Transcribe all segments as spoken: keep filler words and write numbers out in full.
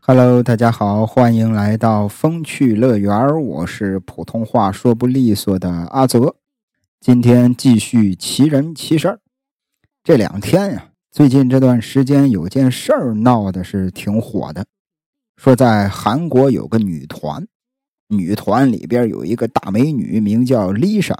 Hello， 大家好，欢迎来到风趣乐园，我是普通话说不利索的阿泽。今天继续奇人奇事儿。这两天呀、啊，最近这段时间有件事儿闹的是挺火的，说在韩国有个女团，女团里边有一个大美女，名叫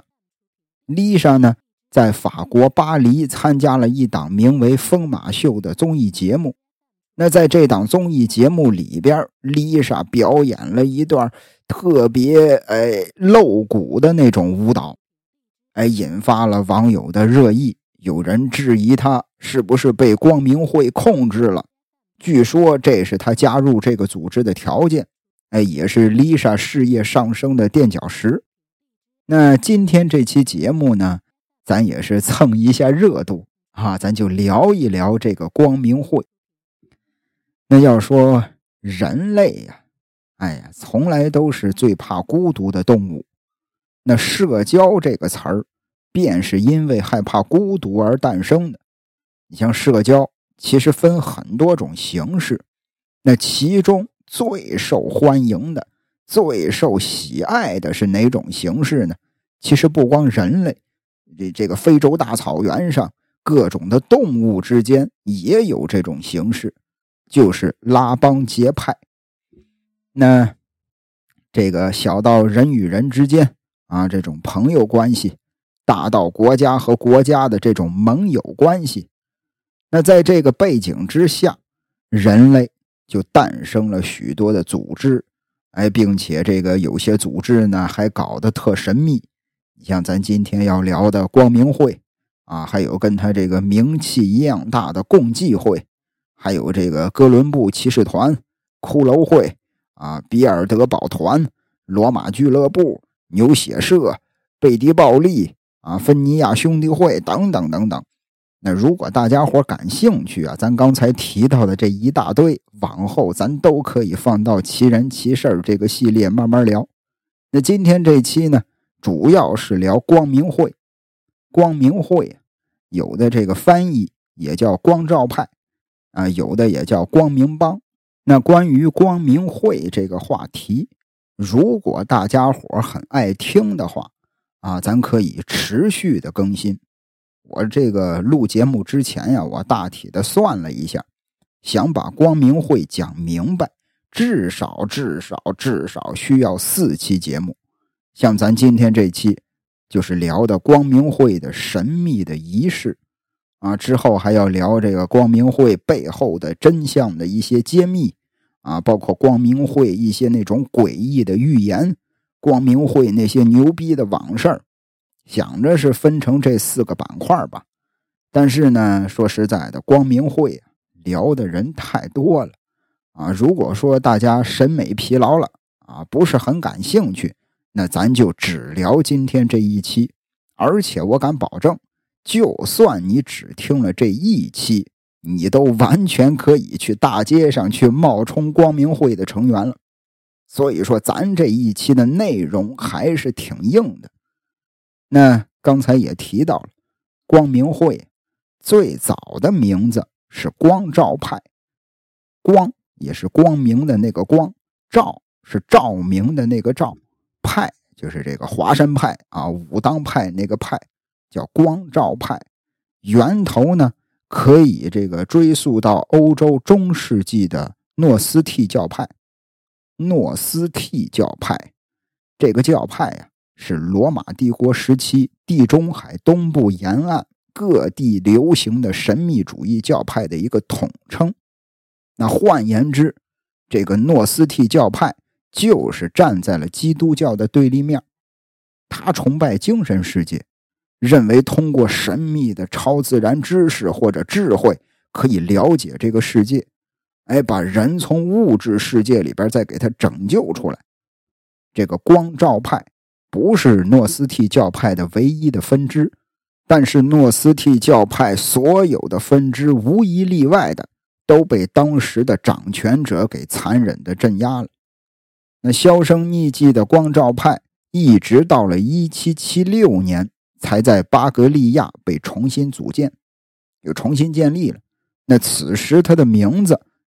Lisa。Lisa 呢，在法国巴黎参加了一档名为《疯马秀》的综艺节目。那在这档综艺节目里边 ，Lisa 表演了一段特别哎露骨的那种舞蹈，哎引发了网友的热议。有人质疑她是不是被光明会控制了？据说这是她加入这个组织的条件，哎也是 Lisa 事业上升的垫脚石。那今天这期节目呢，咱也是蹭一下热度啊，咱就聊一聊这个光明会。那要说人类呀、啊，哎呀，从来都是最怕孤独的动物。那社交这个词儿，便是因为害怕孤独而诞生的。你像社交，其实分很多种形式，那其中最受欢迎的、最受喜爱的是哪种形式呢？其实不光人类，这这个非洲大草原上各种的动物之间也有这种形式。就是拉帮结派。那这个小到人与人之间啊，这种朋友关系，大到国家和国家的这种盟友关系。那在这个背景之下，人类就诞生了许多的组织，哎，并且这个有些组织呢还搞得特神秘。你像咱今天要聊的光明会啊，还有跟他这个名气一样大的共济会，还有这个哥伦布骑士团、骷髅会啊、比尔德堡团、罗马俱乐部、牛血社、贝蒂暴力啊、芬尼亚兄弟会等等等等。那如果大家伙感兴趣啊，咱刚才提到的这一大堆，往后咱都可以放到奇人奇事这个系列慢慢聊。那今天这期呢，主要是聊光明会。光明会有的这个翻译也叫光照派啊，有的也叫光明帮。那关于光明会这个话题，如果大家伙很爱听的话啊，咱可以持续的更新。我这个录节目之前呀，我大体的算了一下，想把光明会讲明白，至少至少至少需要四期节目。像咱今天这期就是聊的光明会的神秘的仪式啊，之后还要聊这个光明会背后的真相的一些揭秘啊，包括光明会一些那种诡异的预言，光明会那些牛逼的往事，想着是分成这四个板块吧。但是呢，说实在的，光明会聊的人太多了啊，如果说大家审美疲劳了啊，不是很感兴趣，那咱就只聊今天这一期。而且我敢保证，就算你只听了这一期，你都完全可以去大街上去冒充光明会的成员了。所以说咱这一期的内容还是挺硬的。那刚才也提到了，光明会最早的名字是光照派，光也是光明的那个光，照是照明的那个照，派就是这个华山派啊，武当派那个派，叫光照派。源头呢，可以这个追溯到欧洲中世纪的诺斯替教派。诺斯替教派这个教派啊，是罗马帝国时期地中海东部沿岸各地流行的神秘主义教派的一个统称。那换言之，这个诺斯替教派就是站在了基督教的对立面，他崇拜精神世界，认为通过神秘的超自然知识或者智慧可以了解这个世界，哎，把人从物质世界里边再给他拯救出来。这个光照派不是诺斯替教派的唯一的分支，但是诺斯替教派所有的分支无一例外的都被当时的掌权者给残忍的镇压了。那销声匿迹的光照派一直到了一七七六年才在巴格利亚被重新组建，又重新建立了。那此时他的名字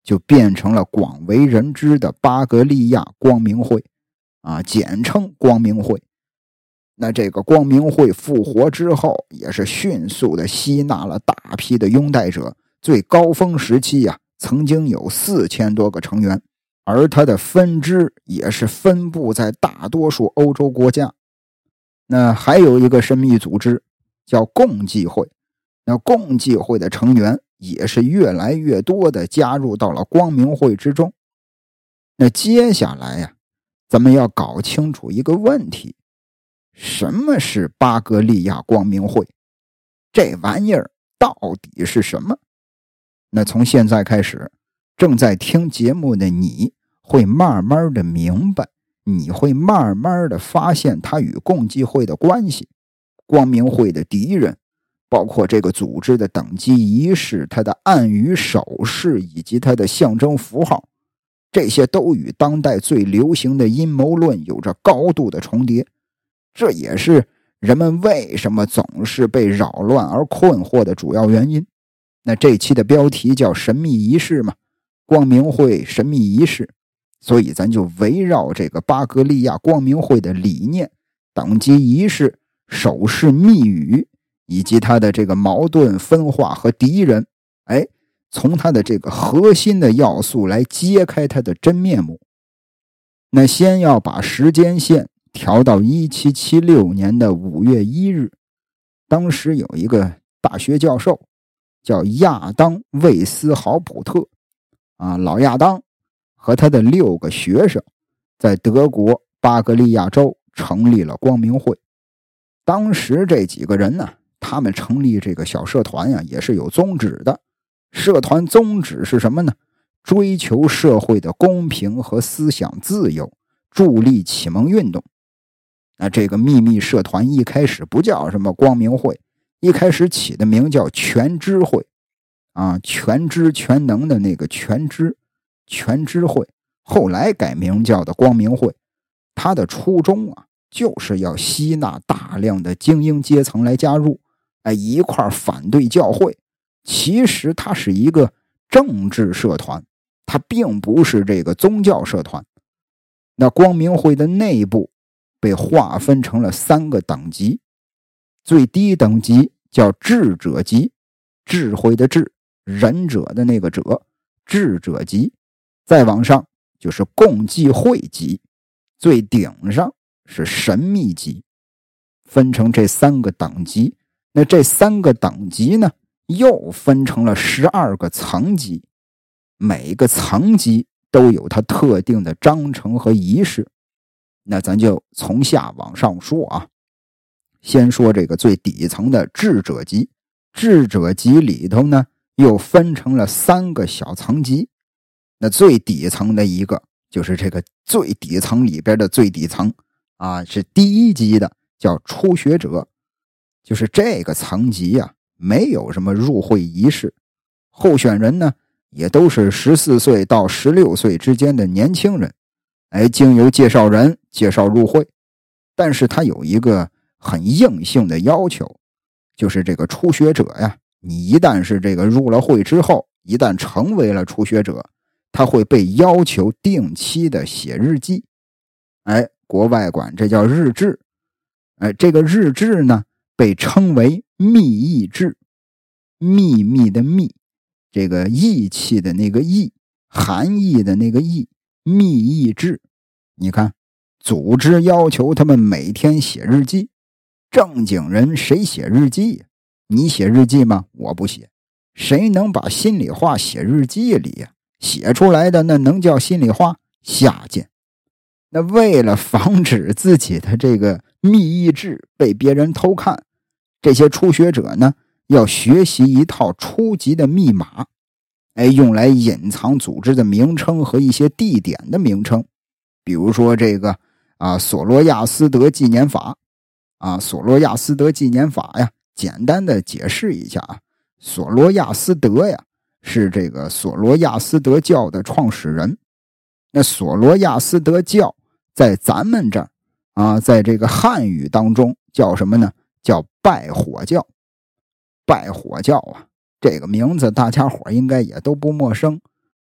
就变成了广为人知的巴格利亚光明会啊，简称光明会。那这个光明会复活之后，也是迅速的吸纳了大批的拥戴者，最高峰时期呀、啊，曾经有四千多个成员，而它的分支也是分布在大多数欧洲国家。那还有一个神秘组织叫共济会，那共济会的成员也是越来越多的加入到了光明会之中。那接下来呀、啊，咱们要搞清楚一个问题，什么是巴格利亚光明会？这玩意儿到底是什么？那从现在开始，正在听节目的你会慢慢的明白，你会慢慢的发现它与共济会的关系，光明会的敌人，包括这个组织的等级仪式，它的暗语手势以及它的象征符号，这些都与当代最流行的阴谋论有着高度的重叠。这也是人们为什么总是被扰乱而困惑的主要原因。那这期的标题叫神秘仪式嘛，光明会神秘仪式，所以咱就围绕这个巴格利亚光明会的理念、等级仪式、手势密语以及它的这个矛盾分化和敌人，哎，从它的这个核心的要素来揭开它的真面目。那先要把时间线调到一七七六年的五月一日，当时有一个大学教授叫亚当·魏斯豪普特啊，老亚当和他的六个学生在德国巴格利亚州成立了光明会。当时这几个人呢，他们成立这个小社团呀，也是有宗旨的。社团宗旨是什么呢？追求社会的公平和思想自由，助力启蒙运动。那这个秘密社团一开始不叫什么光明会，一开始起的名叫全知会啊，全知全能的那个全知，全知会，后来改名叫的光明会。它的初衷啊，就是要吸纳大量的精英阶层来加入，哎，一块反对教会。其实它是一个政治社团，它并不是这个宗教社团。那光明会的内部被划分成了三个等级，最低等级叫智者级，智慧的智，仁者的那个者，智者级。再往上就是共济会级，最顶上是神秘级，分成这三个等级。那这三个等级呢，又分成了十二个层级，每个层级都有它特定的章程和仪式。那咱就从下往上说啊，先说这个最底层的智者级。智者级里头呢，又分成了三个小层级。那最底层的一个就是这个最底层里边的最底层啊，是第一级的，叫初学者。就是这个层级啊，没有什么入会仪式，候选人呢也都是十四岁到十六岁之间的年轻人，哎，经由介绍人介绍入会。但是他有一个很硬性的要求，就是这个初学者呀，你一旦是这个入了会之后，一旦成为了初学者，他会被要求定期的写日记。哎，国外管这叫日志。哎，这个日志呢被称为密议志，秘密的密，这个义气的那个义，含义的那个义，密议志。你看，组织要求他们每天写日记，正经人谁写日记呀？你写日记吗？我不写。谁能把心里话写日记里呀？写出来的那能叫心里话？下贱。那为了防止自己的这个密议志被别人偷看，这些初学者呢，要学习一套初级的密码，哎，用来隐藏组织的名称和一些地点的名称。比如说这个啊，索罗亚斯德纪念法啊，索罗亚斯德纪念法呀，简单的解释一下啊，索罗亚斯德呀，是这个索罗亚斯德教的创始人。那索罗亚斯德教在咱们这儿啊，在这个汉语当中叫什么呢？叫拜火教。拜火教啊，这个名字大家伙应该也都不陌生。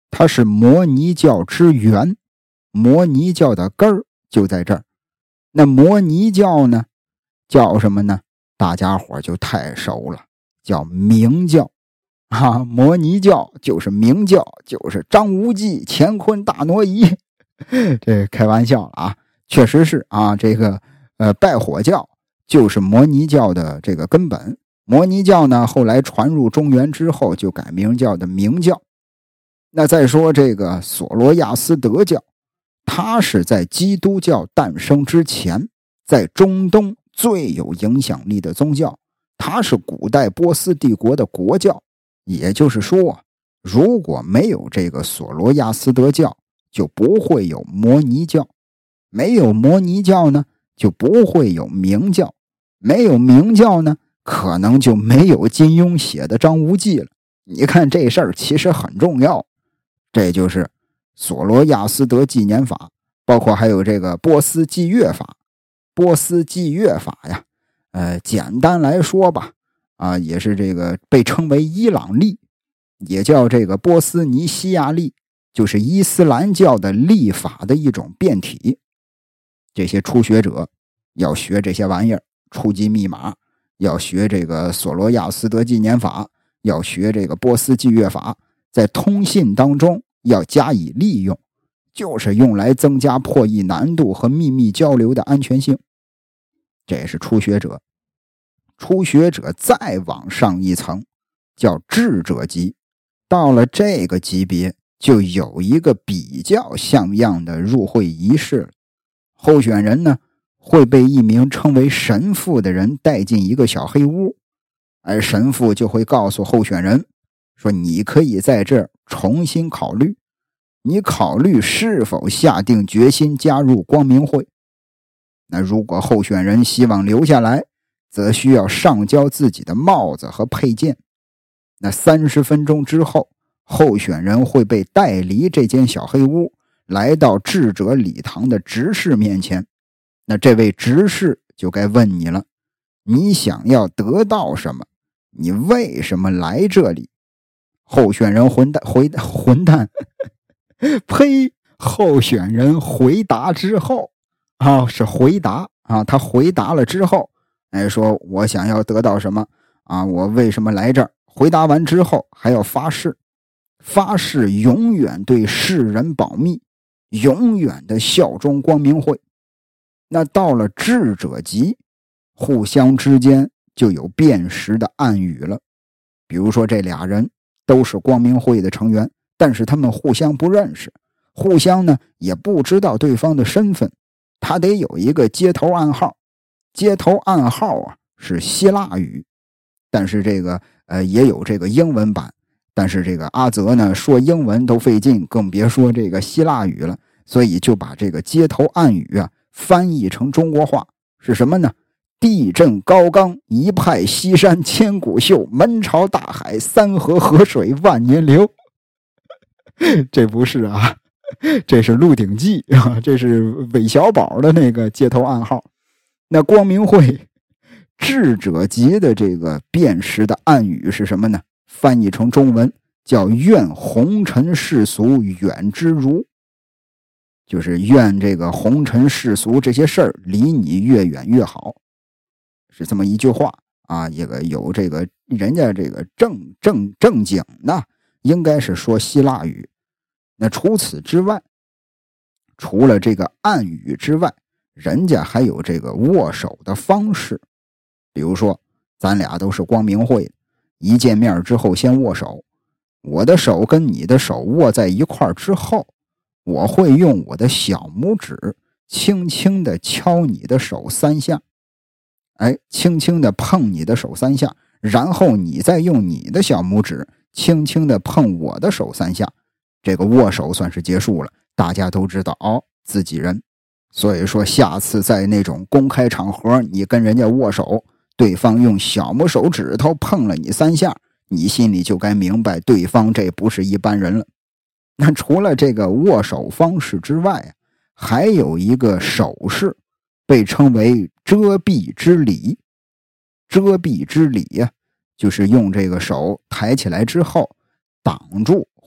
它是摩尼教之源，摩尼教的根儿就在这儿。那摩尼教呢，叫什么呢？大家伙就太熟了，叫明教啊。摩尼教就是明教，就是张无忌、乾坤大挪移。这开玩笑了啊，确实是啊，这个呃拜火教就是摩尼教的这个根本。摩尼教呢，后来传入中原之后，就改名叫的明教。那再说这个索罗亚斯德教，它是在基督教诞生之前，在中东最有影响力的宗教，它是古代波斯帝国的国教。也就是说，如果没有这个索罗亚斯德教，就不会有摩尼教；没有摩尼教呢，就不会有明教；没有明教呢，可能就没有金庸写的张无忌了。你看这事儿其实很重要，这就是索罗亚斯德纪年法，包括还有这个波斯祭月法。波斯祭月法呀，呃，简单来说吧，啊，也是这个被称为伊朗历，也叫这个波斯尼西亚历，就是伊斯兰教的历法的一种变体。这些初学者要学这些玩意儿，初级密码，要学这个索罗亚斯德纪年法，要学这个波斯祭月法，在通信当中要加以利用，就是用来增加破译难度和秘密交流的安全性。这也是初学者。初学者再往上一层叫智者级，到了这个级别就有一个比较像样的入会仪式了。候选人呢会被一名称为神父的人带进一个小黑屋，而神父就会告诉候选人说，你可以在这儿重新考虑，你考虑是否下定决心加入光明会。那如果候选人希望留下来，则需要上交自己的帽子和佩剑。那三十分钟之后，候选人会被带离这间小黑屋，来到智者礼堂的执事面前。那这位执事就该问你了，你想要得到什么？你为什么来这里？候选人混蛋回混蛋呸！候选人回答之后啊，是回答啊，他回答了之后，哎，说我想要得到什么啊？我为什么来这儿？回答完之后还要发誓，发誓永远对世人保密，永远的效忠光明会。那到了智者级，互相之间就有辨识的暗语了。比如说这俩人都是光明会的成员，但是他们互相不认识，互相呢也不知道对方的身份，他得有一个接头暗号。接头暗号啊是希腊语，但是这个呃也有这个英文版，但是这个阿泽呢说英文都费劲，更别说这个希腊语了，所以就把这个接头暗语啊翻译成中国话是什么呢？地震高冈，一派西山千古秀，门朝大海，三河河水万年流。这不是啊，这是《鹿鼎记》啊，这是韦小宝的那个接头暗号。那光明会智者级的这个辨识的暗语是什么呢？翻译成中文叫愿红尘世俗远之如，就是愿这个红尘世俗这些事儿离你越远越好，是这么一句话啊。这个有这个人家这个正正正经的应该是说希腊语。那除此之外，除了这个暗语之外，人家还有这个握手的方式。比如说咱俩都是光明会的，一见面之后先握手，我的手跟你的手握在一块之后，我会用我的小拇指轻轻地敲你的手三下，哎，轻轻地碰你的手三下，然后你再用你的小拇指轻轻地碰我的手三下，这个握手算是结束了，大家都知道哦，自己人。所以说下次在那种公开场合你跟人家握手，对方用小拇手指头碰了你三下，你心里就该明白对方这不是一般人了。那除了这个握手方式之外，还有一个手势被称为遮蔽之礼。遮蔽之礼呀、啊，就是用这个手抬起来之后挡住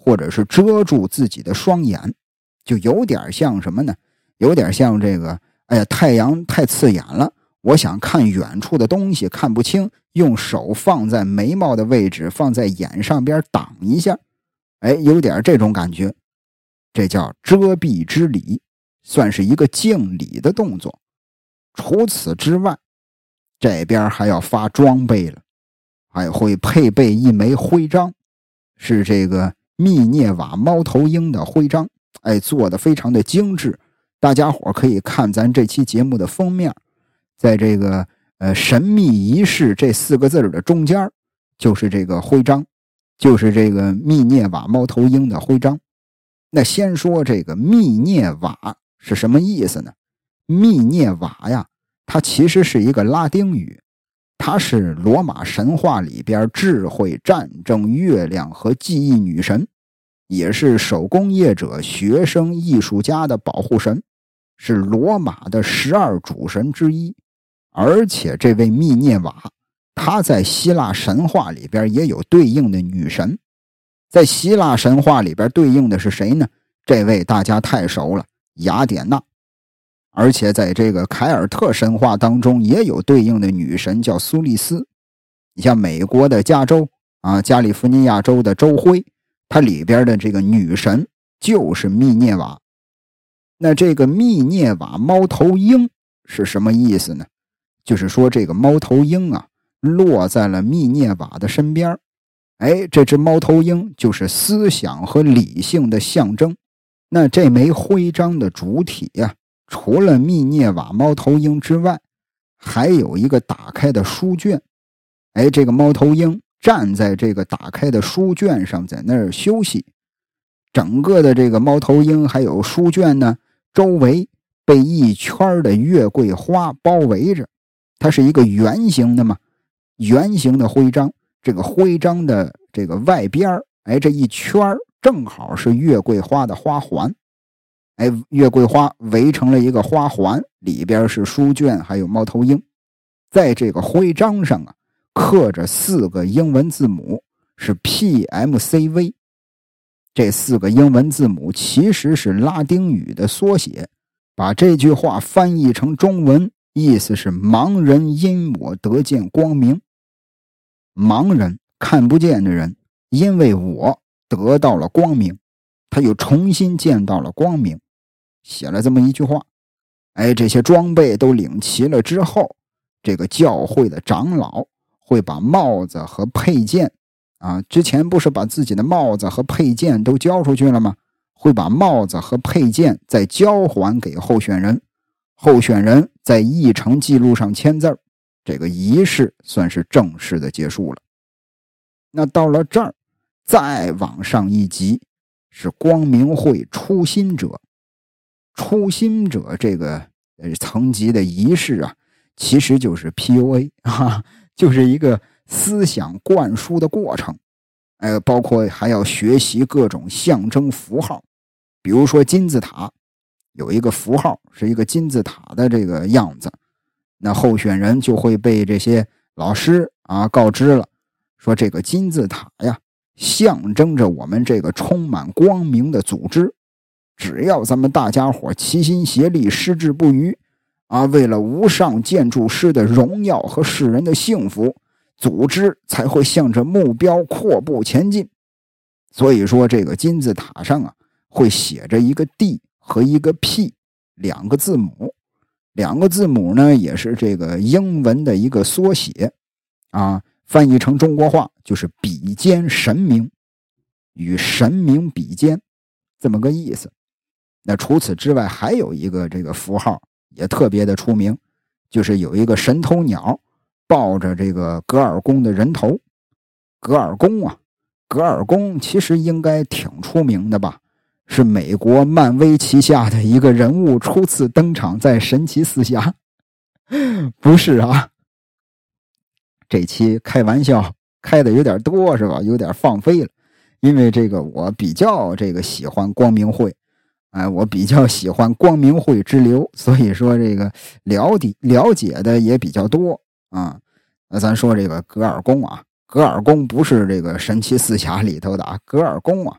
或者是遮住自己的双眼，就有点像什么呢？有点像这个，哎呀，太阳太刺眼了，我想看远处的东西看不清，用手放在眉毛的位置，放在眼上边挡一下，哎，有点这种感觉。这叫遮蔽之礼，算是一个敬礼的动作。除此之外，这边还要发装备了，还会配备一枚徽章，是这个密涅瓦猫头鹰的徽章，哎，做的非常的精致。大家伙可以看咱这期节目的封面，在这个呃神秘仪式这四个字的中间，就是这个徽章，就是这个密涅瓦猫头鹰的徽章。那先说这个密涅瓦是什么意思呢？密涅瓦呀，它其实是一个拉丁语，它是罗马神话里边智慧、战争、月亮和记忆女神，也是手工业者、学生、艺术家的保护神，是罗马的十二主神之一。而且这位密涅瓦，她在希腊神话里边也有对应的女神。在希腊神话里边对应的是谁呢？这位大家太熟了，雅典娜。而且在这个凯尔特神话当中也有对应的女神叫苏利斯。你像美国的加州啊，加利福尼亚州的州徽，它里边的这个女神就是密涅瓦。那这个密涅瓦猫头鹰是什么意思呢？就是说这个猫头鹰啊落在了密涅瓦的身边，哎，这只猫头鹰就是思想和理性的象征。那这枚徽章的主体呀、啊，除了密涅瓦猫头鹰之外，还有一个打开的书卷。哎，这个猫头鹰站在这个打开的书卷上，在那儿休息。整个的这个猫头鹰还有书卷呢，周围被一圈的月桂花包围着。它是一个圆形的嘛，圆形的徽章。这个徽章的这个外边，哎，这一圈正好是月桂花的花环。哎，月桂花围成了一个花环，里边是书卷还有猫头鹰。在这个徽章上啊，刻着四个英文字母，是 P M C V。 这四个英文字母其实是拉丁语的缩写，把这句话翻译成中文，意思是盲人因我得见光明。盲人看不见的人因为我得到了光明，他又重新见到了光明，写了这么一句话。哎，这些装备都领齐了之后，这个教会的长老会把帽子和佩剑啊，之前不是把自己的帽子和佩剑都交出去了吗？会把帽子和佩剑再交还给候选人，候选人在议程记录上签字，这个仪式算是正式的结束了。那到了这儿，再往上一级是光明会初心者。初心者这个层级的仪式啊，其实就是 P U A 啊，就是一个思想灌输的过程。呃，包括还要学习各种象征符号，比如说金字塔有一个符号是一个金字塔的这个样子，那候选人就会被这些老师啊告知了，说这个金字塔呀象征着我们这个充满光明的组织，只要咱们大家伙齐心协力，矢志不渝啊，为了无上建筑师的荣耀和世人的幸福，组织才会向着目标阔步前进。所以说这个金字塔上啊会写着一个 D 和一个 P 两个字母，两个字母呢也是这个英文的一个缩写啊，翻译成中国话就是比肩神明，与神明比肩，这么个意思。那除此之外还有一个这个符号也特别的出名，就是有一个神头鸟抱着这个格尔宫的人头。格尔宫啊，格尔宫其实应该挺出名的吧，是美国漫威旗下的一个人物初次登场在神奇四侠。不是啊，这期开玩笑开的有点多是吧，有点放飞了。因为这个我比较这个喜欢光明会，哎，我比较喜欢光明会之流，所以说这个了解了解的也比较多啊。那咱说这个格尔宫啊，格尔宫不是这个神奇四侠里头的啊，格尔宫啊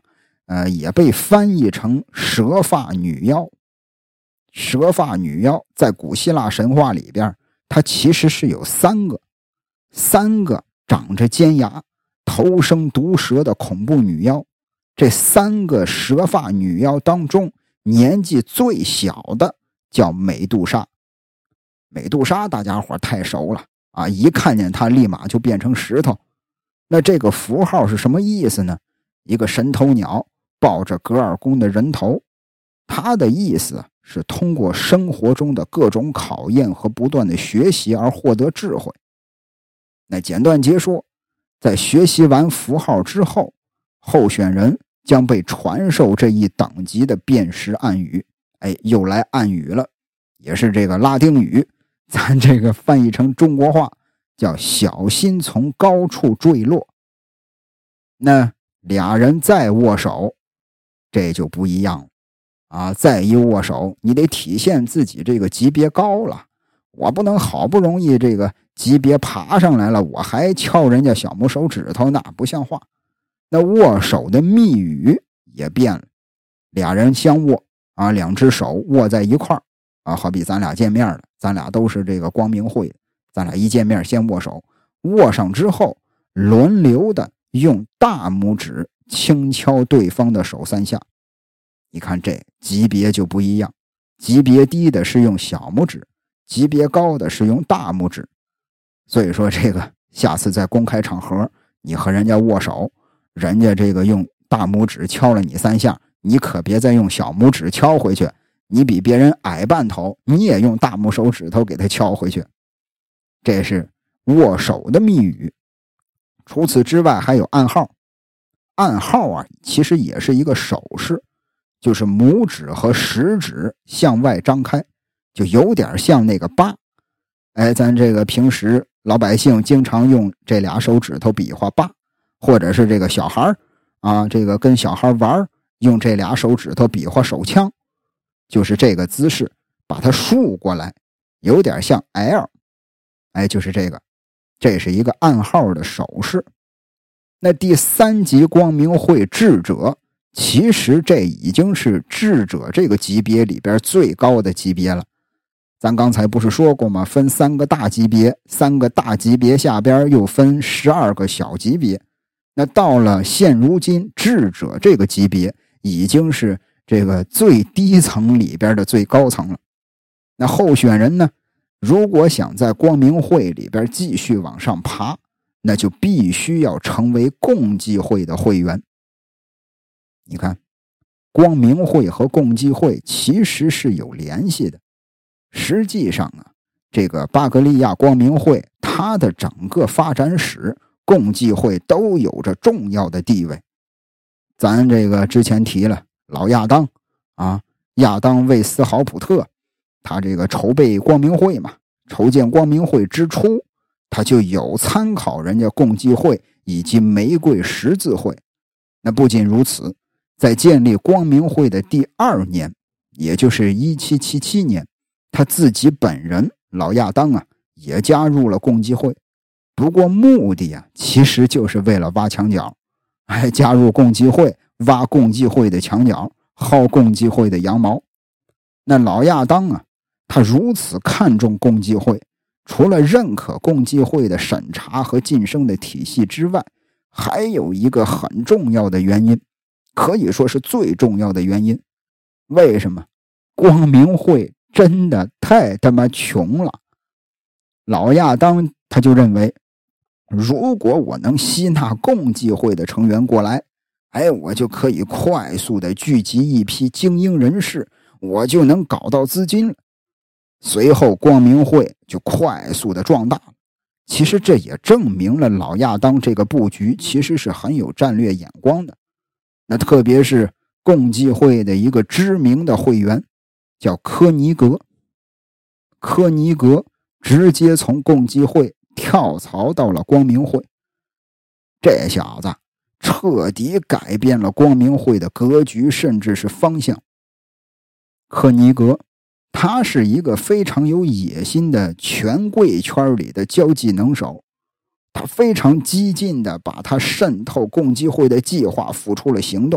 呃，也被翻译成蛇发女妖。蛇发女妖在古希腊神话里边，它其实是有三个，三个长着尖牙、头生毒蛇的恐怖女妖。这三个蛇发女妖当中，年纪最小的叫美杜莎。美杜莎大家伙太熟了啊，一看见她立马就变成石头。那这个符号是什么意思呢？一个神头鸟抱着格尔宫的人头，它的意思是通过生活中的各种考验和不断的学习而获得智慧。那简短截说，在学习完符号之后，候选人将被传授这一等级的辨识暗语。哎，又来暗语了，也是这个拉丁语，咱这个翻译成中国话叫小心从高处坠落。那俩人再握手，这就不一样了啊！再一握手，你得体现自己这个级别高了，我不能好不容易这个级别爬上来了，我还敲人家小拇手指头，那不像话。那握手的密语也变了，俩人相握啊，两只手握在一块儿啊，好比咱俩见面了，咱俩都是这个光明会的，咱俩一见面先握手，握上之后轮流的用大拇指轻敲对方的手三下。你看这级别就不一样，级别低的是用小拇指，级别高的是用大拇指。所以说这个下次在公开场合，你和人家握手，人家这个用大拇指敲了你三下，你可别再用小拇指敲回去，你比别人矮半头，你也用大拇手指头给他敲回去。这是握手的密语。除此之外还有暗号。暗号啊，其实也是一个手势，就是拇指和食指向外张开，就有点像那个八。哎，咱这个平时老百姓经常用这俩手指头比划八，或者是这个小孩啊，这个跟小孩玩，用这俩手指头比划手枪，就是这个姿势，把它竖过来，有点像 L。哎，就是这个，这是一个暗号的手势。那第三级光明会智者，其实这已经是智者这个级别里边最高的级别了。咱刚才不是说过吗？分三个大级别，三个大级别下边又分十二个小级别。那到了现如今，智者这个级别已经是这个最低层里边的最高层了。那候选人呢，如果想在光明会里边继续往上爬，那就必须要成为共济会的会员。你看，光明会和共济会其实是有联系的。实际上啊，这个巴格利亚光明会它的整个发展史，共济会都有着重要的地位。咱这个之前提了老亚当啊，亚当魏斯豪普特，他这个筹备光明会嘛，筹建光明会之初，他就有参考人家共济会以及玫瑰十字会。那不仅如此，在建立光明会的第二年，也就是一七七七年，他自己本人老亚当啊也加入了共济会。不过目的啊其实就是为了挖墙脚，还加入共济会，挖共济会的墙角，薅共济会的羊毛。那老亚当啊，他如此看重共济会，除了认可共济会的审查和晋升的体系之外，还有一个很重要的原因，可以说是最重要的原因。为什么？光明会真的太他妈穷了。老亚当他就认为，如果我能吸纳共济会的成员过来，哎，我就可以快速的聚集一批精英人士，我就能搞到资金了。随后光明会就快速的壮大了。其实这也证明了老亚当这个布局其实是很有战略眼光的。那特别是共济会的一个知名的会员叫科尼格。科尼格直接从共济会跳槽到了光明会，这小子彻底改变了光明会的格局，甚至是方向。科尼格他是一个非常有野心的权贵圈里的交际能手，他非常激进的把他渗透共济会的计划付出了行动，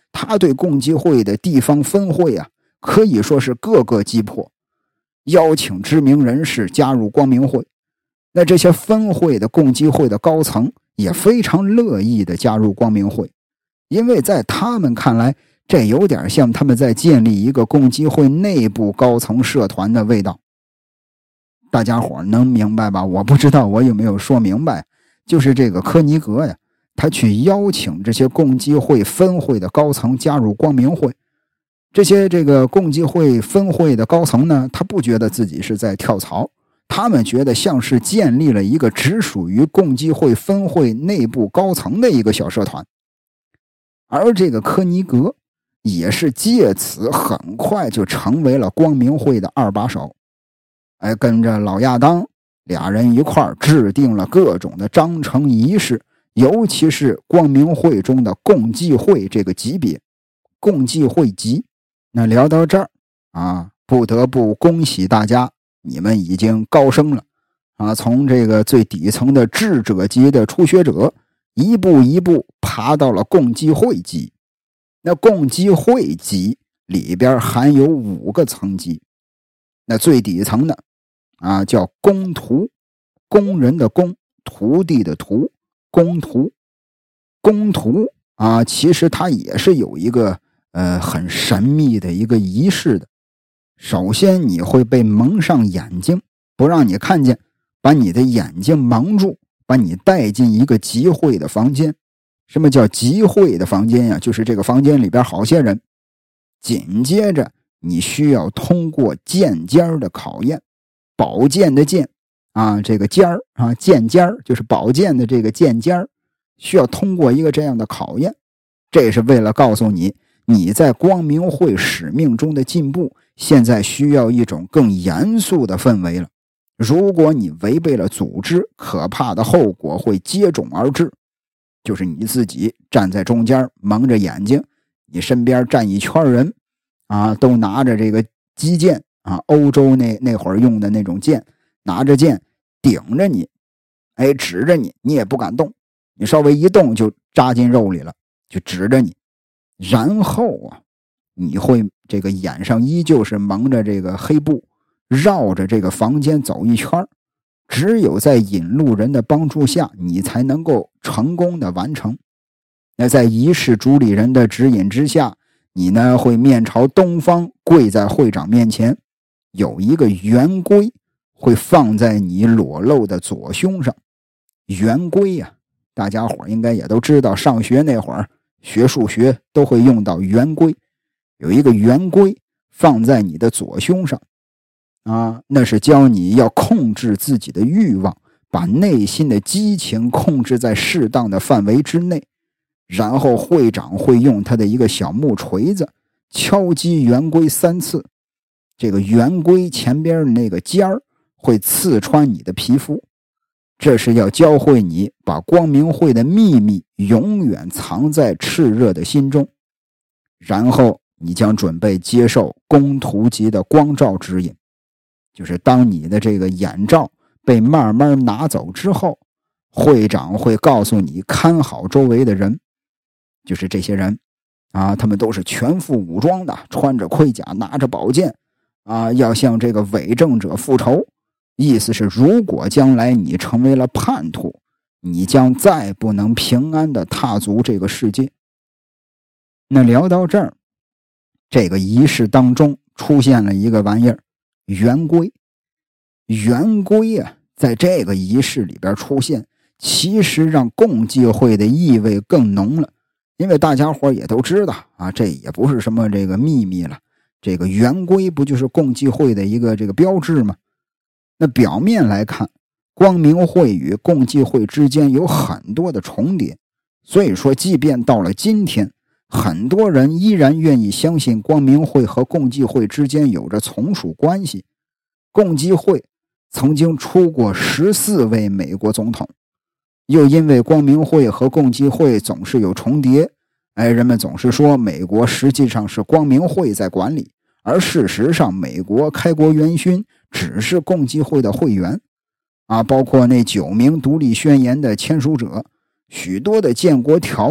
他对共济会的地方分会啊，可以说是各个击破，邀请知名人士加入光明会。那这些分会的共济会的高层也非常乐意的加入光明会，因为在他们看来，这有点像他们在建立一个共济会内部高层社团的味道。大家伙能明白吧？我不知道我有没有说明白，就是这个柯尼格呀，他去邀请这些共济会分会的高层加入光明会。这些这个共济会分会的高层呢，他不觉得自己是在跳槽，他们觉得像是建立了一个只属于共济会分会内部高层的一个小社团。而这个柯尼格也是借此很快就成为了光明会的二把手，哎，跟着老亚当俩人一块儿制定了各种的章程仪式，尤其是光明会中的共济会这个级别，共济会级。那聊到这儿啊，不得不恭喜大家，你们已经高升了啊！从这个最底层的智者级的初学者，一步一步爬到了共济会级。那共济会级里边含有五个层级，那最底层的啊叫工徒，工人的工，徒弟的徒，工徒。工徒啊，其实它也是有一个呃很神秘的一个仪式的。首先你会被蒙上眼睛，不让你看见，把你的眼睛蒙住，把你带进一个集会的房间。什么叫集会的房间呀？就是这个房间里边好些人。紧接着你需要通过剑尖的考验，宝剑的剑啊，这个尖儿啊，剑尖儿就是宝剑的这个剑尖儿，需要通过一个这样的考验。这是为了告诉你，你在光明会使命中的进步，现在需要一种更严肃的氛围了。如果你违背了组织，可怕的后果会接踵而至。就是你自己站在中间，蒙着眼睛，你身边站一圈人啊，都拿着这个击剑啊，欧洲那那会儿用的那种剑，拿着剑顶着你，哎，指着你，你也不敢动，你稍微一动就扎进肉里了，就指着你。然后啊，你会这个眼上依旧是蒙着这个黑布，绕着这个房间走一圈，只有在引路人的帮助下，你才能够成功的完成。那在仪式主理人的指引之下，你呢会面朝东方，跪在会长面前，有一个圆规会放在你裸露的左胸上。圆规呀、啊，大家伙应该也都知道，上学那会儿学数学都会用到圆规，有一个圆规放在你的左胸上啊，那是教你要控制自己的欲望，把内心的激情控制在适当的范围之内。然后会长会用他的一个小木锤子敲击圆规三次，这个圆规前边的那个尖儿会刺穿你的皮肤，这是要教会你把光明会的秘密永远藏在炽热的心中。然后你将准备接受工徒级的光照指引，就是当你的这个眼罩被慢慢拿走之后，会长会告诉你看好周围的人，就是这些人啊，他们都是全副武装的，穿着盔甲，拿着宝剑啊，要向这个伪证者复仇。意思是，如果将来你成为了叛徒，你将再不能平安的踏足这个世界。那聊到这儿，这个仪式当中出现了一个玩意儿，圆规。圆规啊，在这个仪式里边出现，其实让共济会的意味更浓了。因为大家伙也都知道啊，这也不是什么这个秘密了，这个圆规不就是共济会的一个这个标志吗？那表面来看，光明会与共济会之间有很多的重叠，所以说即便到了今天，很多人依然愿意相信光明会和共济会之间有着从属关系。共济会曾经出过十四位美国总统，又因为光明会和共济会总是有重叠，哎，人们总是说美国实际上是光明会在管理，而事实上美国开国元勋只是共济会的会员啊，包括那九名独立宣言的签署者，许多的建国条例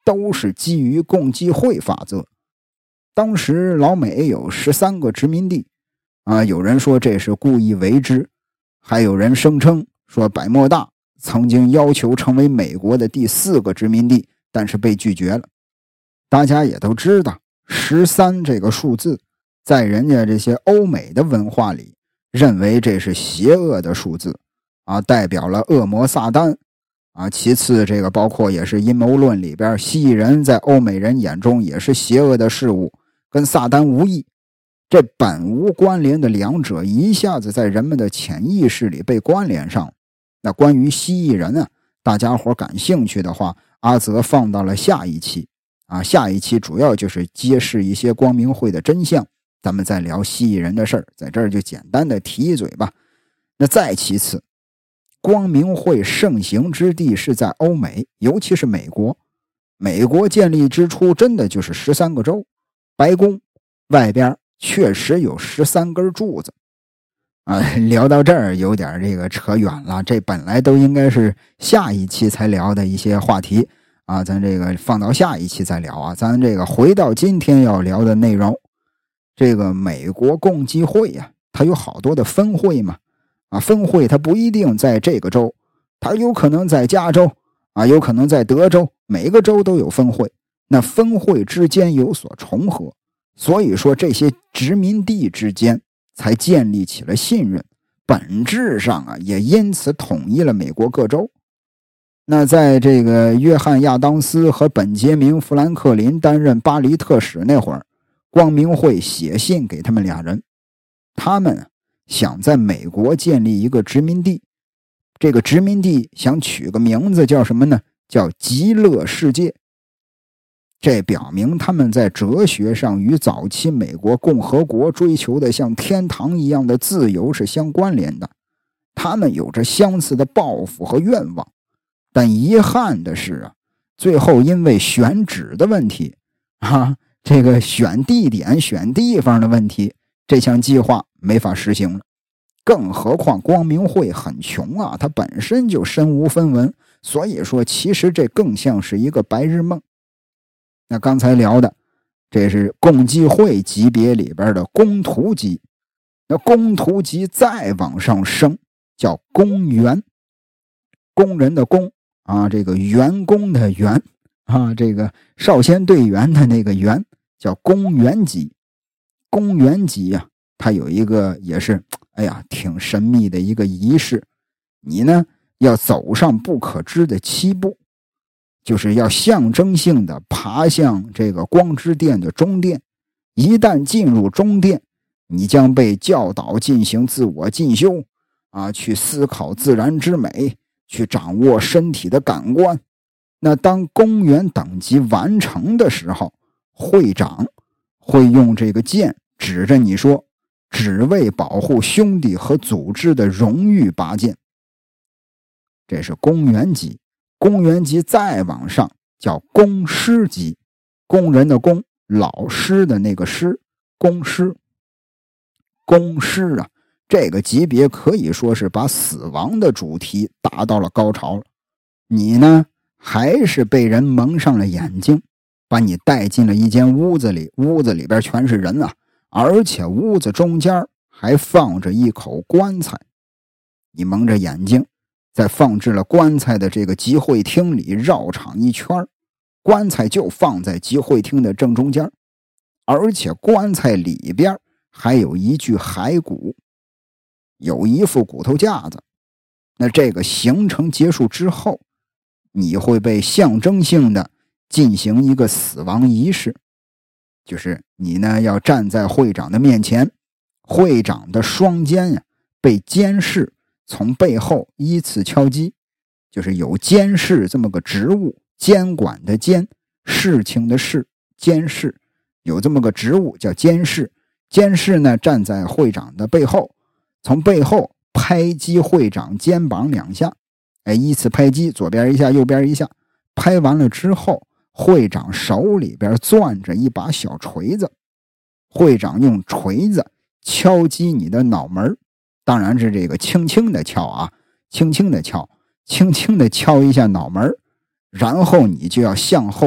都是基于共济会法则。当时老美有十三个殖民地啊，有人说这是故意为之，还有人声称说百慕大曾经要求成为美国的第四个殖民地，但是被拒绝了。大家也都知道，十三这个数字在人家这些欧美的文化里认为这是邪恶的数字啊，代表了恶魔撒旦啊。其次这个包括也是阴谋论里边，蜥蜴人在欧美人眼中也是邪恶的事物，跟撒旦无异。这本无关联的两者一下子在人们的潜意识里被关联上。那关于蜥蜴人啊，大家伙感兴趣的话，阿泽放到了下一期啊，下一期主要就是揭示一些光明会的真相，咱们再聊蜥蜴人的事儿，在这儿就简单的提一嘴吧。那再其次，光明会盛行之地是在欧美，尤其是美国。美国建立之初真的就是十三个州，白宫外边确实有十三根柱子啊。聊到这儿有点这个扯远了，这本来都应该是下一期才聊的一些话题啊，咱这个放到下一期再聊啊。咱这个回到今天要聊的内容，这个美国共济会呀、啊，它有好多的分会嘛，啊，分会它不一定在这个州，它有可能在加州啊，有可能在德州，每个州都有分会。那分会之间有所重合，所以说这些殖民地之间才建立起了信任，本质上啊也因此统一了美国各州。那在这个约翰亚当斯和本杰明富兰克林担任巴黎特使那会儿，光明会写信给他们俩人，他们想在美国建立一个殖民地，这个殖民地想取个名字叫什么呢？叫极乐世界。这表明他们在哲学上与早期美国共和国追求的像天堂一样的自由是相关联的，他们有着相似的抱负和愿望。但遗憾的是啊，最后因为选址的问题啊，这个选地点选地方的问题，这项计划没法实行了。更何况光明会很穷啊，它本身就身无分文，所以说其实这更像是一个白日梦。那刚才聊的这是共济会级别里边的公图级，那公图级再往上升叫公员，工人的工啊，这个员工的员啊，这个少先队员的那个员叫公员级。公员级啊，它有一个也是哎呀挺神秘的一个仪式，你呢要走上不可知的七步，就是要象征性的爬向这个光之殿的中殿。一旦进入中殿，你将被教导进行自我进修啊，去思考自然之美，去掌握身体的感官。那当公园等级完成的时候，会长会用这个剑指着你说，只为保护兄弟和组织的荣誉拔剑。这是公园级。公园级再往上叫公师级，工人的工，老师的那个师，公师。公师啊，这个级别可以说是把死亡的主题达到了高潮了。你呢还是被人蒙上了眼睛，把你带进了一间屋子里，屋子里边全是人啊，而且屋子中间还放着一口棺材。你蒙着眼睛在放置了棺材的这个集会厅里绕场一圈，棺材就放在集会厅的正中间，而且棺材里边还有一具骸骨，有一副骨头架子。那这个行程结束之后，你会被象征性的进行一个死亡仪式，就是你呢要站在会长的面前，会长的双肩呀被监视从背后依次敲击，就是有监视这么个职务，监管的监，事情的事，监视，有这么个职务叫监视。监视呢站在会长的背后，从背后拍击会长肩膀两下，哎，依次拍击，左边一下，右边一下。拍完了之后，会长手里边攥着一把小锤子，会长用锤子敲击你的脑门，当然是这个轻轻的敲啊，轻轻的敲，轻轻的敲一下脑门，然后你就要向后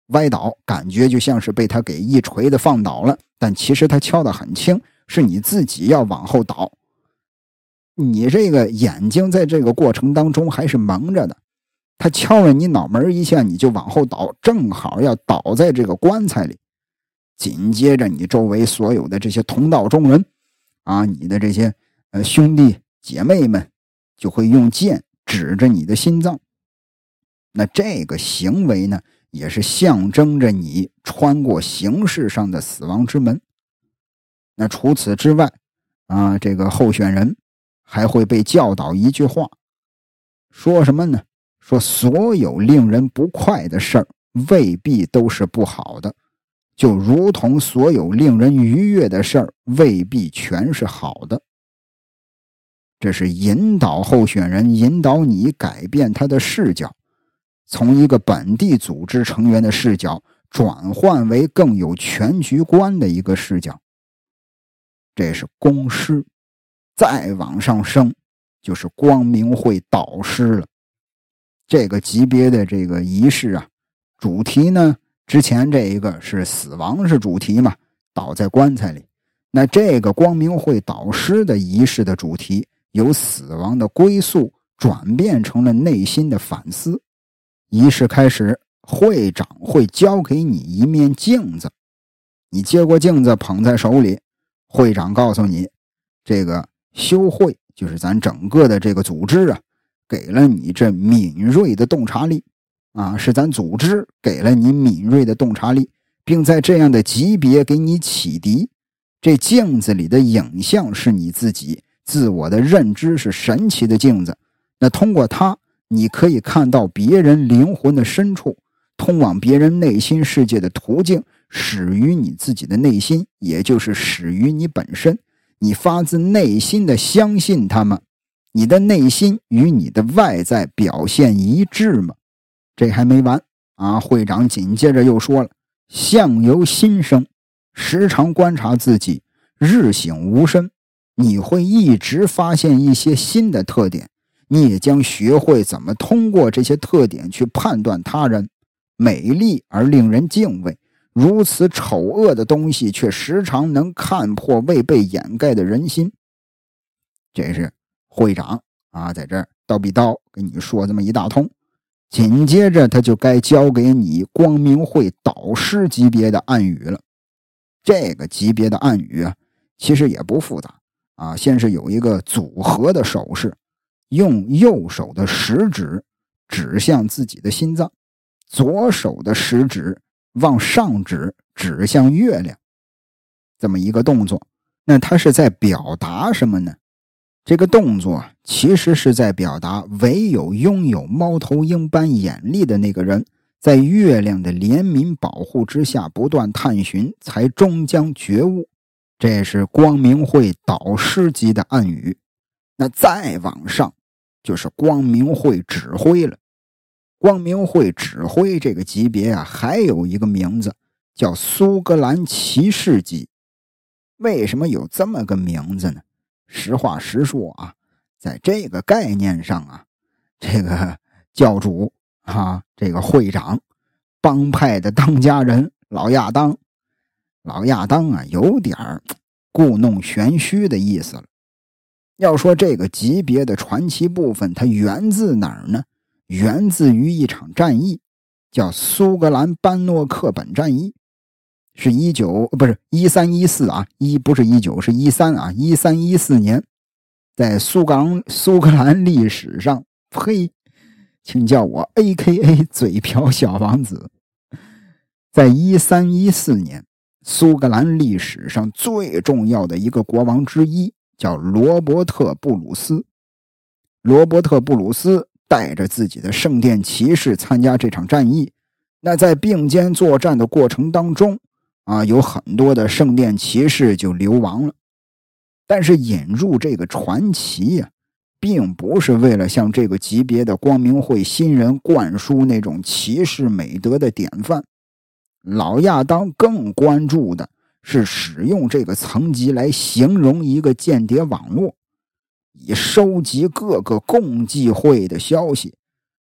歪倒，感觉就像是被他给一锤子放倒了，但其实他敲得很轻，是你自己要往后倒。你这个眼睛在这个过程当中还是蒙着的，他敲了你脑门一下，你就往后倒，正好要倒在这个棺材里。紧接着你周围所有的这些同道中人啊，你的这些呃兄弟姐妹们就会用剑指着你的心脏。那这个行为呢，也是象征着你穿过形式上的死亡之门。那除此之外啊，这个候选人还会被教导一句话，说什么呢？说所有令人不快的事儿未必都是不好的，就如同所有令人愉悦的事儿未必全是好的。这是引导候选人，引导你改变他的视角，从一个本地组织成员的视角转换为更有全局观的一个视角。这是公师，再往上升就是光明会导师了。这个级别的这个仪式啊，主题呢，之前这一个是死亡是主题嘛，倒在棺材里。那这个光明会导师的仪式的主题，由死亡的归宿转变成了内心的反思。仪式开始，会长会交给你一面镜子，你接过镜子捧在手里，会长告诉你，这个修会就是咱整个的这个组织啊，给了你这敏锐的洞察力啊，是咱组织给了你敏锐的洞察力，并在这样的级别给你启迪。这镜子里的影像是你自己，自我的认知是神奇的镜子。那通过它，你可以看到别人灵魂的深处，通往别人内心世界的途径始于你自己的内心，也就是始于你本身。你发自内心的相信他们，你的内心与你的外在表现一致吗？这还没完啊！会长紧接着又说了，相由心生，时常观察自己，日醒无声，你会一直发现一些新的特点，你也将学会怎么通过这些特点去判断他人。美丽而令人敬畏，如此丑恶的东西却时常能看破未被掩盖的人心。这是会长啊，在这儿叨逼叨跟你说这么一大通。紧接着他就该交给你光明会导师级别的暗语了。这个级别的暗语啊，其实也不复杂啊，先是有一个组合的手势，用右手的食指指向自己的心脏，左手的食指往上指指向月亮，这么一个动作。那它是在表达什么呢？这个动作其实是在表达，唯有拥有猫头鹰般眼力的那个人，在月亮的怜悯保护之下不断探寻，才终将觉悟。这是光明会导师级的暗语。那再往上就是光明会指挥了。光明会指挥这个级别啊，还有一个名字叫苏格兰骑士级。为什么有这么个名字呢？实话实说啊，在这个概念上啊，这个教主啊，这个会长，帮派的当家人老亚当，老亚当啊，有点故弄玄虚的意思了。要说这个级别的传奇部分，它源自哪儿呢？源自于一场战役，叫苏格兰班诺克本战役，是一九不是一三一四啊，一不是一九是一三啊，一三一四年，在苏格兰苏格兰历史上，呸，请叫我 A K A 嘴瓢小王子。在一三一四年，苏格兰历史上最重要的一个国王之一叫罗伯特布鲁斯。罗伯特布鲁斯带着自己的圣殿骑士参加这场战役。那在并肩作战的过程当中啊，有很多的圣殿骑士就流亡了。但是引入这个传奇呀、啊，并不是为了向这个级别的光明会新人灌输那种骑士美德的典范。老亚当更关注的是使用这个层级来形容一个间谍网络，以收集各个共济会的消息，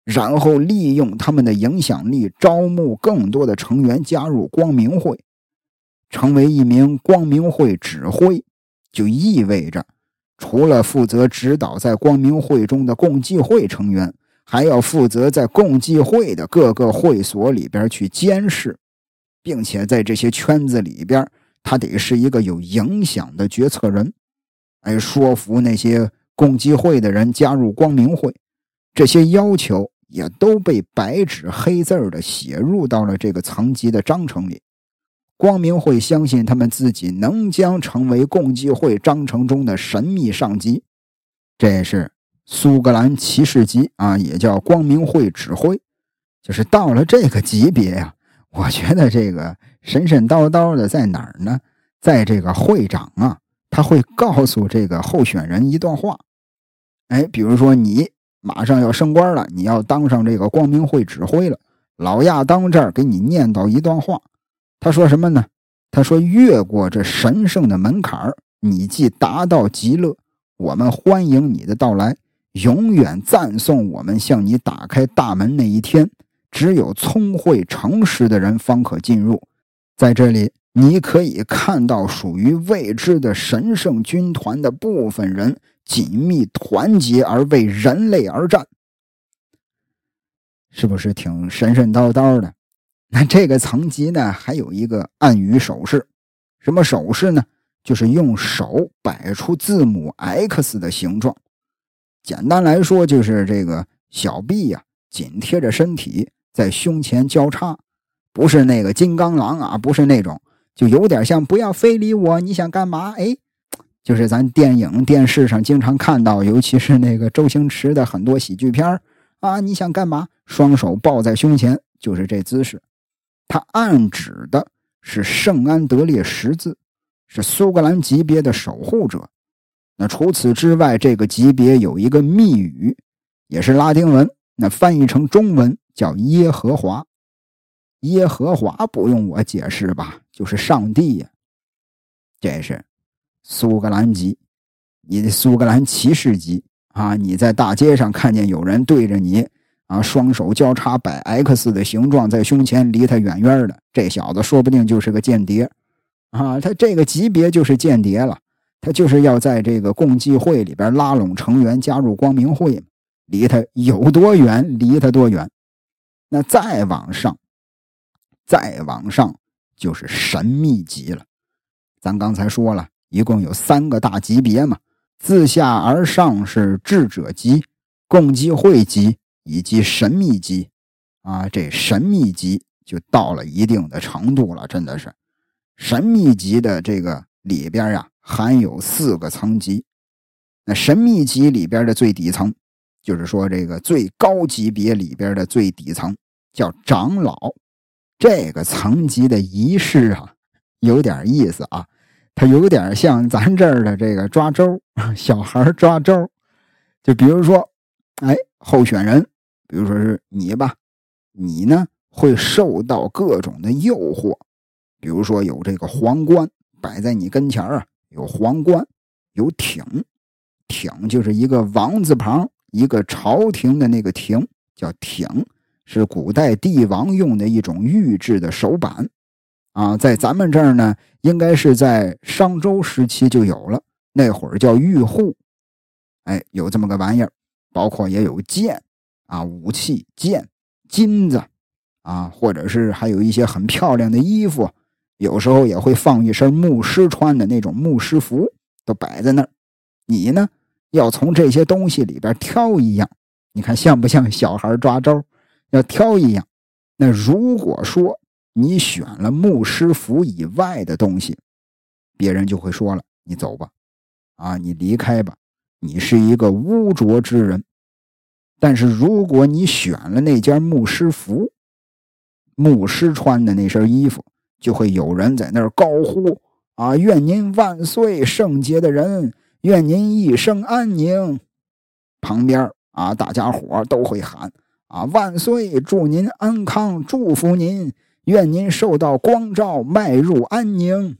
然后利用他们的影响力招募更多的成员加入光明会。成为一名光明会指挥，就意味着除了负责指导在光明会中的共济会成员，还要负责在共济会的各个会所里边去监视，并且在这些圈子里边，他得是一个有影响的决策人，来说服那些共济会的人加入光明会。这些要求也都被白纸黑字的写入到了这个层级的章程里。光明会相信他们自己能将成为共济会章程中的神秘上级，这是苏格兰骑士级啊，也叫光明会指挥。就是到了这个级别呀、啊，我觉得这个神神叨叨的在哪儿呢？在这个会长啊，他会告诉这个候选人一段话。哎，比如说你马上要升官了，你要当上这个光明会指挥了，老亚当这儿给你念叨一段话。他说什么呢？他说越过这神圣的门槛，你既达到极乐，我们欢迎你的到来，永远赞颂我们向你打开大门那一天。只有聪慧诚实的人方可进入，在这里你可以看到属于未知的神圣军团的部分人紧密团结而为人类而战。是不是挺神神叨叨的？那这个层级呢，还有一个暗语手势。什么手势呢？就是用手摆出字母 X 的形状。简单来说，就是这个小臂呀、啊、紧贴着身体，在胸前交叉，不是那个金刚狼啊，不是那种，就有点像不要非礼我，你想干嘛？哎，就是咱电影电视上经常看到，尤其是那个周星驰的很多喜剧片啊，你想干嘛？双手抱在胸前，就是这姿势。它暗指的是圣安德烈十字，是苏格兰级别的守护者。那除此之外，这个级别有一个密语，也是拉丁文，那翻译成中文叫耶和华。耶和华不用我解释吧，就是上帝呀。这是苏格兰级，你的苏格兰骑士级啊！你在大街上看见有人对着你啊，双手交叉摆 X 的形状在胸前，离他远远的，这小子说不定就是个间谍啊！他这个级别就是间谍了，他就是要在这个共济会里边拉拢成员加入光明会，离他有多远离他多远。那再往上，再往上就是神秘级了。咱刚才说了，一共有三个大级别嘛，自下而上是智者级、共济会级以及神秘级啊。这神秘级就到了一定的程度了，真的是神秘级的这个里边啊，含有四个层级。那神秘级里边的最底层，就是说这个最高级别里边的最底层叫长老。这个层级的仪式啊，有点意思啊，它有点像咱这儿的这个抓周，小孩抓周。就比如说，哎，候选人，比如说是你吧，你呢会受到各种的诱惑，比如说有这个皇冠摆在你跟前啊，有皇冠，有挺，挺就是一个王字旁，一个朝廷的那个廷，叫挺，是古代帝王用的一种玉制的手板啊，在咱们这儿呢，应该是在商周时期就有了，那会儿叫玉户。哎，有这么个玩意儿，包括也有剑啊，武器、剑、金子啊，或者是还有一些很漂亮的衣服，有时候也会放一身牧师穿的那种牧师服，都摆在那儿。你呢，要从这些东西里边挑一样，你看像不像小孩抓周？要挑一样。那如果说你选了牧师服以外的东西，别人就会说了，你走吧，啊，你离开吧，你是一个污浊之人。但是如果你选了那件牧师服，牧师穿的那身衣服，就会有人在那儿高呼啊，愿您万岁，圣洁的人，愿您一生安宁。旁边啊，大家伙都会喊啊，万岁，祝您安康，祝福您，愿您受到光照，迈入安宁。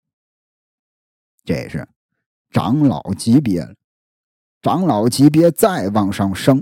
这是长老级别了。长老级别再往上升，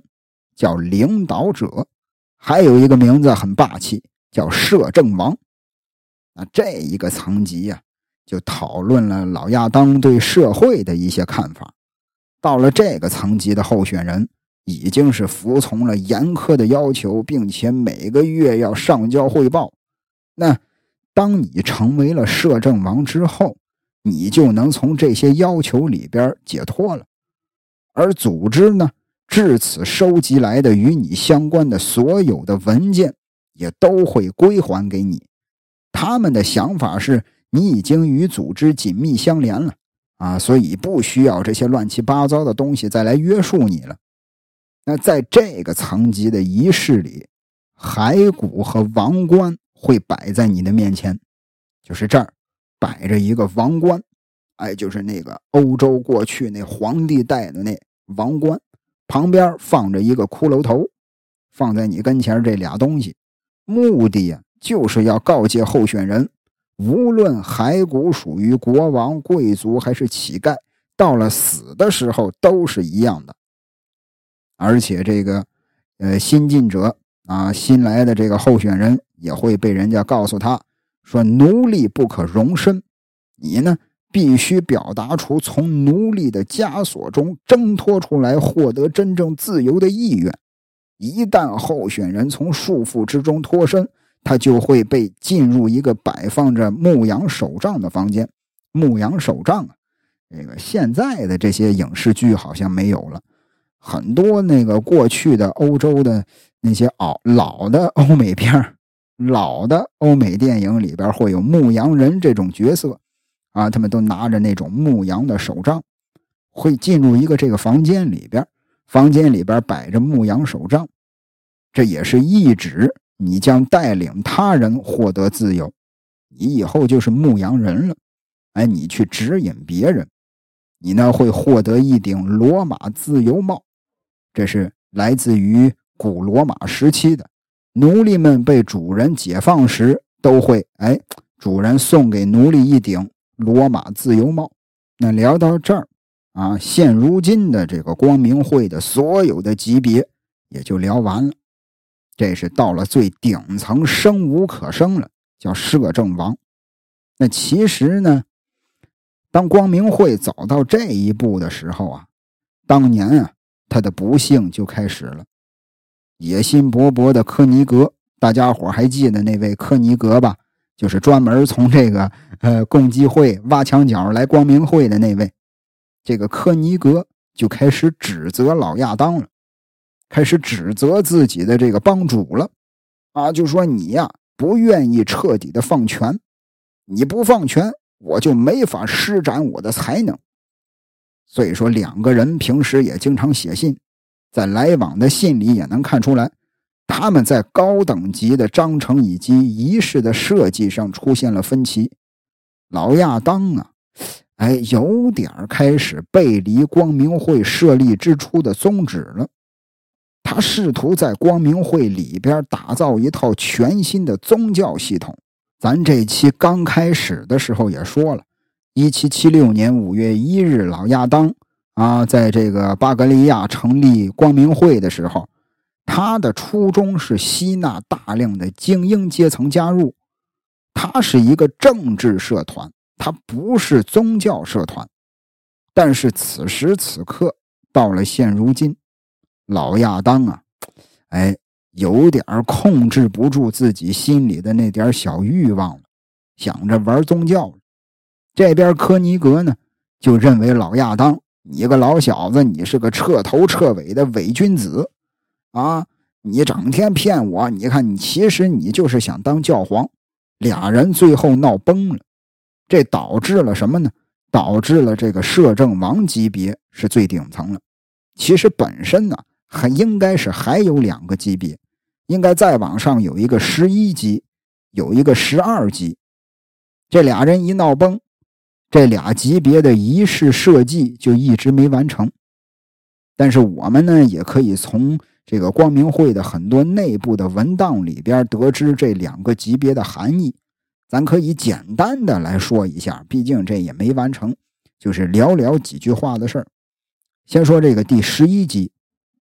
叫领导者，还有一个名字很霸气，叫摄政王。那这一个层级呀、啊，就讨论了老亚当对社会的一些看法。到了这个层级的候选人已经是服从了严苛的要求，并且每个月要上交汇报。那当你成为了摄政王之后，你就能从这些要求里边解脱了。而组织呢，至此收集来的与你相关的所有的文件也都会归还给你。他们的想法是你已经与组织紧密相连了啊，所以不需要这些乱七八糟的东西再来约束你了。那在这个层级的仪式里，骸骨和王冠会摆在你的面前，就是这儿摆着一个王冠，哎，就是那个欧洲过去那皇帝戴的那王冠，旁边放着一个骷髅头，放在你跟前这俩东西，目的啊，就是要告诫候选人，无论骸骨属于国王、贵族还是乞丐，到了死的时候都是一样的。而且这个呃新进者啊，新来的这个候选人也会被人家告诉他说，奴隶不可容身，你呢必须表达出从奴隶的枷锁中挣脱出来，获得真正自由的意愿。一旦候选人从束缚之中脱身，他就会被进入一个摆放着牧羊手杖的房间。牧羊手杖啊，这个现在的这些影视剧好像没有了，很多那个过去的欧洲的那些老的欧美片、老的欧美电影里边会有牧羊人这种角色啊，他们都拿着那种牧羊的手杖，会进入一个这个房间里边，房间里边摆着牧羊手杖，这也是意指你将带领他人获得自由，你以后就是牧羊人了。哎，你去指引别人，你呢会获得一顶罗马自由帽，这是来自于古罗马时期的。奴隶们被主人解放时，都会哎，主人送给奴隶一顶罗马自由帽。那聊到这儿啊，现如今的这个光明会的所有的级别也就聊完了。这是到了最顶层，生无可生了，叫摄政王。那其实呢，当光明会走到这一步的时候啊，当年啊，他的不幸就开始了。野心勃勃的科尼格，大家伙还记得那位科尼格吧？就是专门从这个呃共济会挖墙脚来光明会的那位。这个科尼格就开始指责老亚当了，开始指责自己的这个帮主了啊，就说你呀不愿意彻底的放权，你不放权，我就没法施展我的才能。所以说两个人平时也经常写信，在来往的信里也能看出来，他们在高等级的章程以及仪式的设计上出现了分歧。老亚当啊，哎，有点开始背离光明会设立之初的宗旨了。他试图在光明会里边打造一套全新的宗教系统。咱这期刚开始的时候也说了，一七七六年五月一日，老亚当啊，在这个巴格利亚成立光明会的时候，他的初衷是吸纳大量的精英阶层加入。他是一个政治社团，他不是宗教社团。但是此时此刻，到了现如今，老亚当啊，哎，有点控制不住自己心里的那点小欲望了，想着玩宗教了。这边科尼格呢，就认为老亚当，你个老小子，你是个彻头彻尾的伪君子啊！你整天骗我，你看你其实你就是想当教皇。俩人最后闹崩了，这导致了什么呢？导致了这个摄政王级别是最顶层了。其实本身呢，还应该是还有两个级别，应该再往上有一个十一级，有一个十二级。这俩人一闹崩，这俩级别的仪式设计就一直没完成。但是我们呢，也可以从这个光明会的很多内部的文档里边得知这两个级别的含义。咱可以简单的来说一下，毕竟这也没完成，就是聊聊几句话的事儿。先说这个第十一级，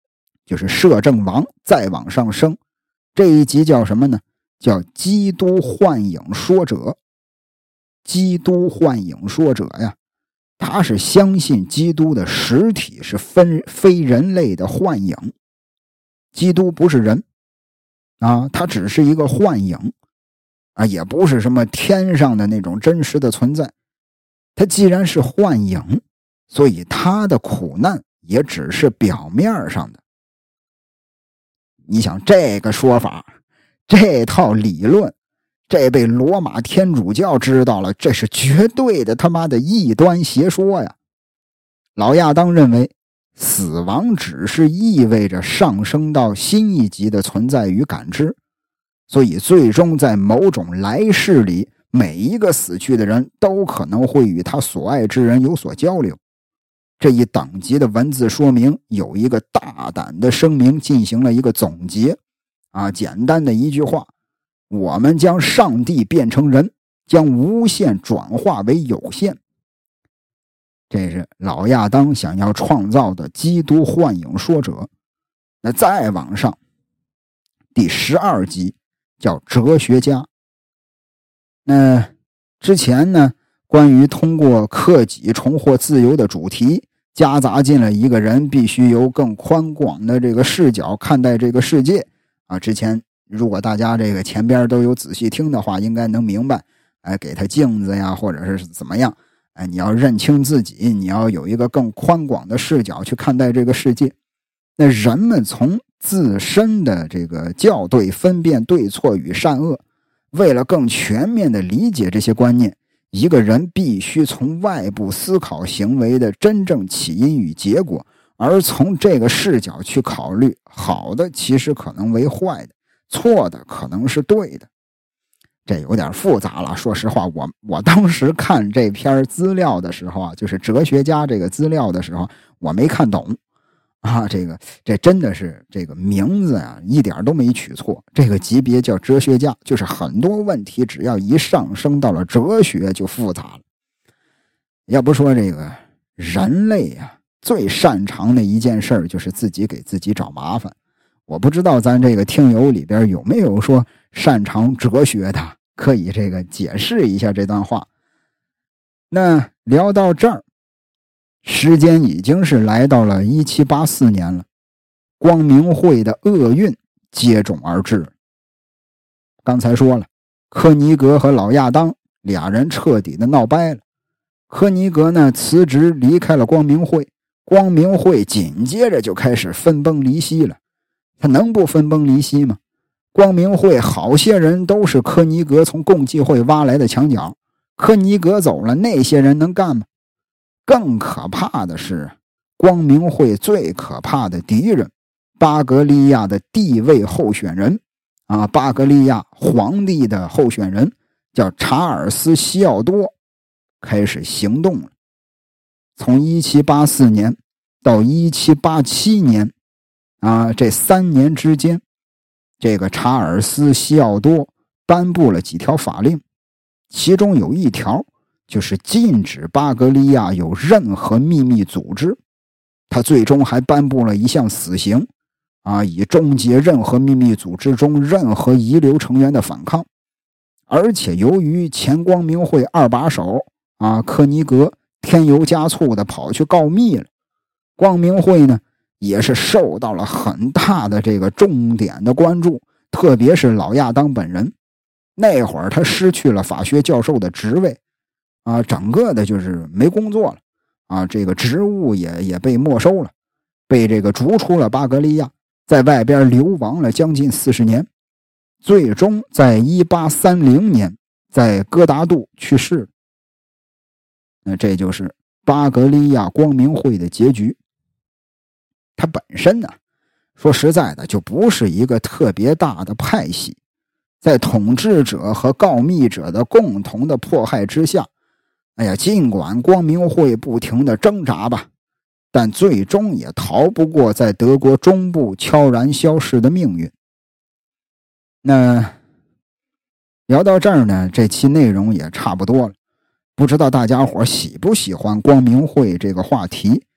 就是摄政王再往上升。这一级叫什么呢？叫基督幻影说者。基督幻影说者呀，他是相信基督的实体是分非人类的幻影，基督不是人啊，他只是一个幻影啊，也不是什么天上的那种真实的存在。他既然是幻影，所以他的苦难也只是表面上的。你想这个说法，这套理论，这被罗马天主教知道了，这是绝对的他妈的异端邪说呀！老亚当认为，死亡只是意味着上升到新一级的存在与感知，所以最终在某种来世里，每一个死去的人都可能会与他所爱之人有所交流。这一等级的文字说明有一个大胆的声明进行了一个总结啊，简单的一句话：我们将上帝变成人，将无限转化为有限。这是老亚当想要创造的基督幻影说者。那再往上，第十二级叫哲学家。那之前呢，关于通过克己重获自由的主题，夹杂进了一个人必须由更宽广的这个视角看待这个世界啊。之前如果大家这个前边都有仔细听的话，应该能明白，哎，给他镜子呀，或者是怎么样，哎，你要认清自己，你要有一个更宽广的视角去看待这个世界。那人们从自身的这个校对分辨对错与善恶，为了更全面的理解这些观念，一个人必须从外部思考行为的真正起因与结果，而从这个视角去考虑，好的其实可能为坏的，错的可能是对的。这有点复杂了，说实话，我我当时看这篇资料的时候啊，就是哲学家这个资料的时候，我没看懂啊，这个这真的是这个名字啊，一点都没取错。这个级别叫哲学家，就是很多问题只要一上升到了哲学就复杂了。要不说这个人类啊，最擅长的一件事就是自己给自己找麻烦。我不知道咱这个听友里边有没有说擅长哲学的，可以这个解释一下这段话。那聊到这儿，时间已经是来到了一七八四年了，光明会的厄运接踵而至。刚才说了，柯尼格和老亚当俩人彻底的闹掰了。柯尼格呢辞职离开了光明会，光明会紧接着就开始分崩离析了。他能不分崩离析吗？光明会好些人都是柯尼格从共济会挖来的墙角，柯尼格走了，那些人能干吗？更可怕的是，光明会最可怕的敌人，巴格利亚的帝位候选人啊，巴格利亚皇帝的候选人叫查尔斯·西奥多，开始行动了。从一七八四年到一七八七年啊，这三年之间，这个查尔斯·西奥多颁布了几条法令，其中有一条就是禁止巴格利亚有任何秘密组织。他最终还颁布了一项死刑啊，以终结任何秘密组织中任何遗留成员的反抗。而且由于前光明会二把手啊柯尼格添油加醋的跑去告密了，光明会呢也是受到了很大的这个重点的关注，特别是老亚当本人。那会儿他失去了法学教授的职位啊，整个的就是没工作了啊，这个职务也也被没收了，被这个逐出了巴格利亚，在外边流亡了将近四十年，最终在一八三零年在哥达杜去世。那这就是巴格利亚光明会的结局。它本身呢，说实在的，就不是一个特别大的派系，在统治者和告密者的共同的迫害之下，哎呀，尽管光明会不停的挣扎吧，但最终也逃不过在德国中部悄然消逝的命运。那聊到这儿呢，这期内容也差不多了。不知道大家伙喜不喜欢光明会这个话题？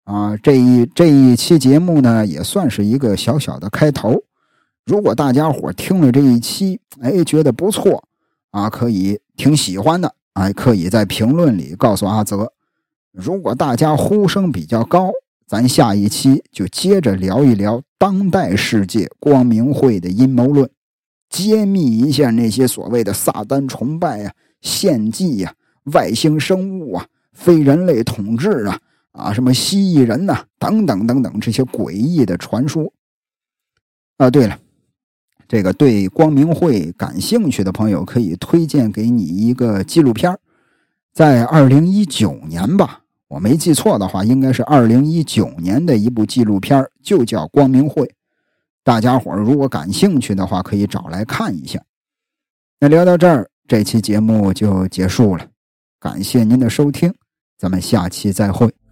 啊，这一这一期节目呢，也算是一个小小的开头。如果大家伙听了这一期，哎，觉得不错啊，可以挺喜欢的，哎，可以在评论里告诉阿泽。如果大家呼声比较高，咱下一期就接着聊一聊当代世界光明会的阴谋论，揭秘一下那些所谓的撒旦崇拜啊、献祭啊、外星生物啊、非人类统治啊、啊什么蜥蜴人呐、啊、等等等等这些诡异的传说。啊，对了，这个对光明会感兴趣的朋友可以推荐给你一个纪录片，在二零一九年吧，我没记错的话应该是二零一九年的一部纪录片，就叫光明会。大家伙如果感兴趣的话可以找来看一下。那聊到这儿，这期节目就结束了，感谢您的收听，咱们下期再会。